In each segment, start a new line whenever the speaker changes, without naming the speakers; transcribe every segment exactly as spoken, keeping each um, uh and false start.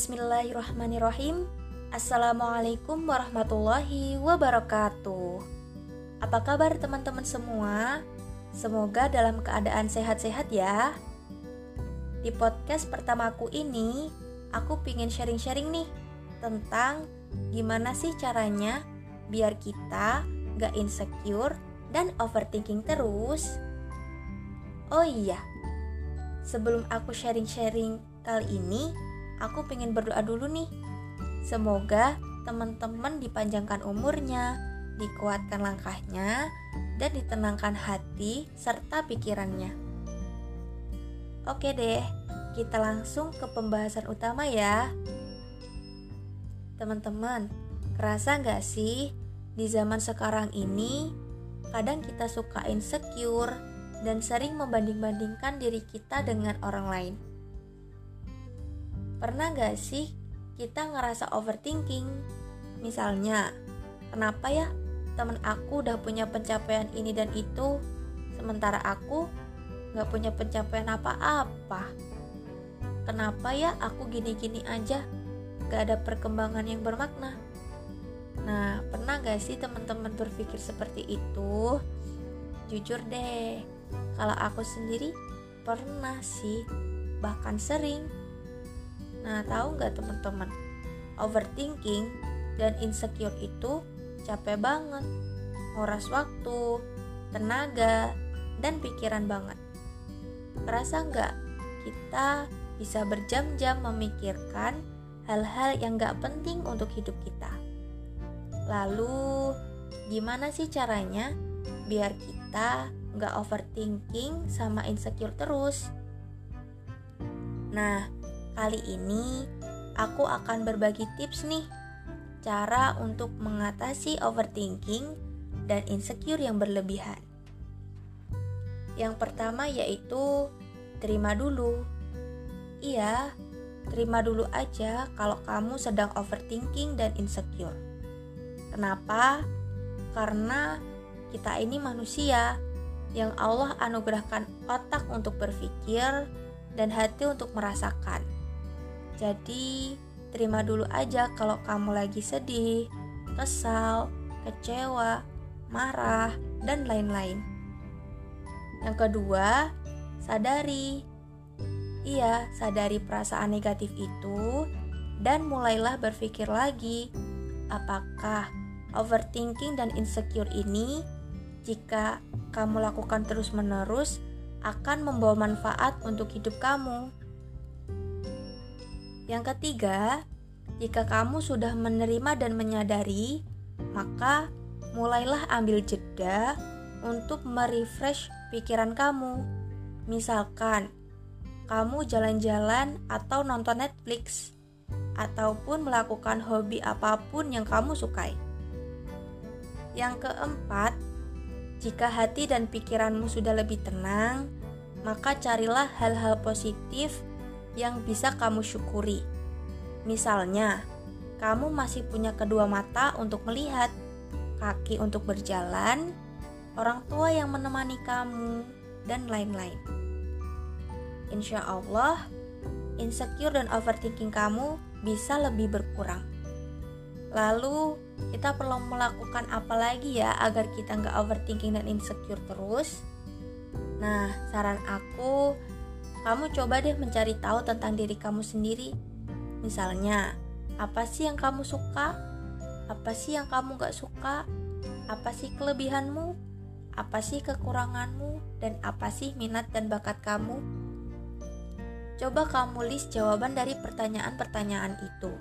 Bismillahirrahmanirrahim. Assalamualaikum warahmatullahi wabarakatuh. Apa kabar teman-teman semua? Semoga dalam keadaan sehat-sehat ya. Di podcast pertamaku ini, aku pingin sharing-sharing nih tentang gimana sih caranya biar kita gak insecure dan overthinking terus. Oh iya, sebelum aku sharing-sharing kali ini, aku pengen berdoa dulu nih. Semoga teman-teman dipanjangkan umurnya, dikuatkan langkahnya, dan ditenangkan hati serta pikirannya. Oke deh, kita langsung ke pembahasan utama ya. Teman-teman, kerasa gak sih di zaman sekarang ini kadang kita suka insecure dan sering membanding-bandingkan diri kita dengan orang lain? Pernah gak sih kita ngerasa overthinking? Misalnya, kenapa ya temen aku udah punya pencapaian ini dan itu, sementara aku gak punya pencapaian apa-apa? Kenapa ya aku gini-gini aja, gak ada perkembangan yang bermakna? Nah, pernah gak sih teman-teman berpikir seperti itu? Jujur deh, kalau aku sendiri pernah sih, bahkan sering. Nah, tahu nggak teman-teman, overthinking dan insecure itu capek banget, nguras waktu, tenaga, dan pikiran banget. Kerasa nggak kita bisa berjam-jam memikirkan hal-hal yang nggak penting untuk hidup kita? Lalu, gimana sih caranya biar kita nggak overthinking sama insecure terus? Nah, kali ini aku akan berbagi tips nih, cara untuk mengatasi overthinking dan insecure yang berlebihan. Yang pertama yaitu terima dulu. Iya, terima dulu aja kalau kamu sedang overthinking dan insecure. Kenapa? Karena kita ini manusia yang Allah anugerahkan otak untuk berpikir dan hati untuk merasakan. Jadi, terima dulu aja kalau kamu lagi sedih, kesal, kecewa, marah, dan lain-lain. Yang kedua, sadari. Iya, sadari perasaan negatif itu dan mulailah berpikir lagi, apakah overthinking dan insecure ini jika kamu lakukan terus-menerus akan membawa manfaat untuk hidup kamu. Yang ketiga, jika kamu sudah menerima dan menyadari, maka mulailah ambil jeda untuk merefresh pikiran kamu. Misalkan, kamu jalan-jalan atau nonton Netflix, ataupun melakukan hobi apapun yang kamu sukai. Yang keempat, jika hati dan pikiranmu sudah lebih tenang, maka carilah hal-hal positif yang bisa kamu syukuri. Misalnya, kamu masih punya kedua mata untuk melihat, kaki untuk berjalan, orang tua yang menemani kamu, dan lain-lain. Insya Allah, insecure dan overthinking kamu bisa lebih berkurang. Lalu, kita perlu melakukan apa lagi ya agar kita nggak overthinking dan insecure terus? Nah, saran aku, kamu coba deh mencari tahu tentang diri kamu sendiri. Misalnya, apa sih yang kamu suka? Apa sih yang kamu gak suka? Apa sih kelebihanmu? Apa sih kekuranganmu? Dan apa sih minat dan bakat kamu? Coba kamu list jawaban dari pertanyaan-pertanyaan itu.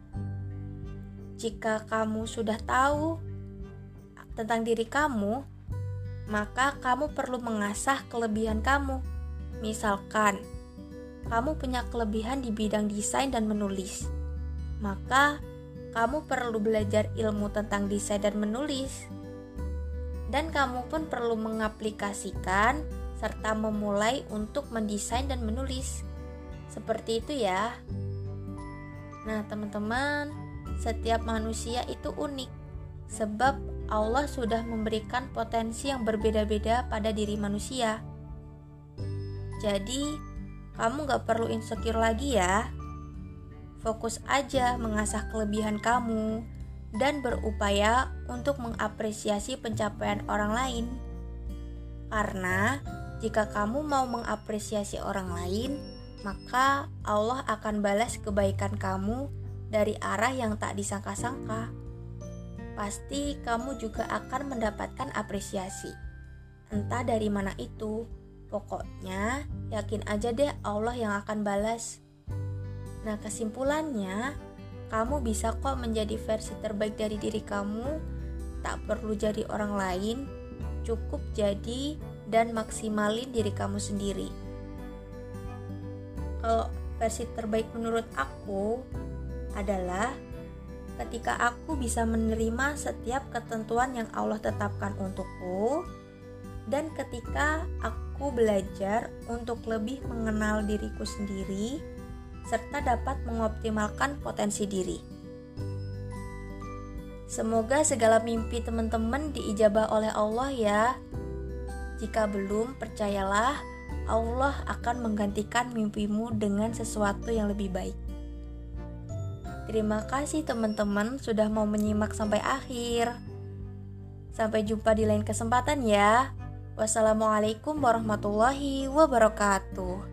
Jika kamu sudah tahu tentang diri kamu, maka kamu perlu mengasah kelebihan kamu. Misalkan, kamu punya kelebihan di bidang desain dan menulis, maka kamu perlu belajar ilmu tentang desain dan menulis. Dan kamu pun perlu mengaplikasikan serta memulai untuk mendesain dan menulis. Seperti itu ya. Nah teman-teman, setiap manusia itu unik, sebab Allah sudah memberikan potensi yang berbeda-beda pada diri manusia. Jadi, kamu gak perlu insecure lagi ya. fokus aja mengasah kelebihan kamu dan berupaya untuk mengapresiasi pencapaian orang lain. Karena jika kamu mau mengapresiasi orang lain, maka Allah akan balas kebaikan kamu dari arah yang tak disangka-sangka. Pasti kamu juga akan mendapatkan apresiasi. Entah dari mana itu, pokoknya yakin aja deh Allah yang akan balas. Nah, kesimpulannya, kamu bisa kok menjadi versi terbaik dari diri kamu. Tak perlu jadi orang lain, cukup jadi dan maksimalin diri kamu sendiri. Kalau versi terbaik menurut aku adalah ketika aku bisa menerima setiap ketentuan yang Allah tetapkan untukku, dan ketika aku belajar untuk lebih mengenal diriku sendiri serta dapat mengoptimalkan potensi diri. Semoga segala mimpi teman-teman diijabah oleh Allah ya. Jika belum, percayalah Allah akan menggantikan mimpimu dengan sesuatu yang lebih baik. Terima kasih teman-teman sudah mau menyimak sampai akhir. Sampai jumpa di lain kesempatan ya. Wassalamualaikum warahmatullahi wabarakatuh.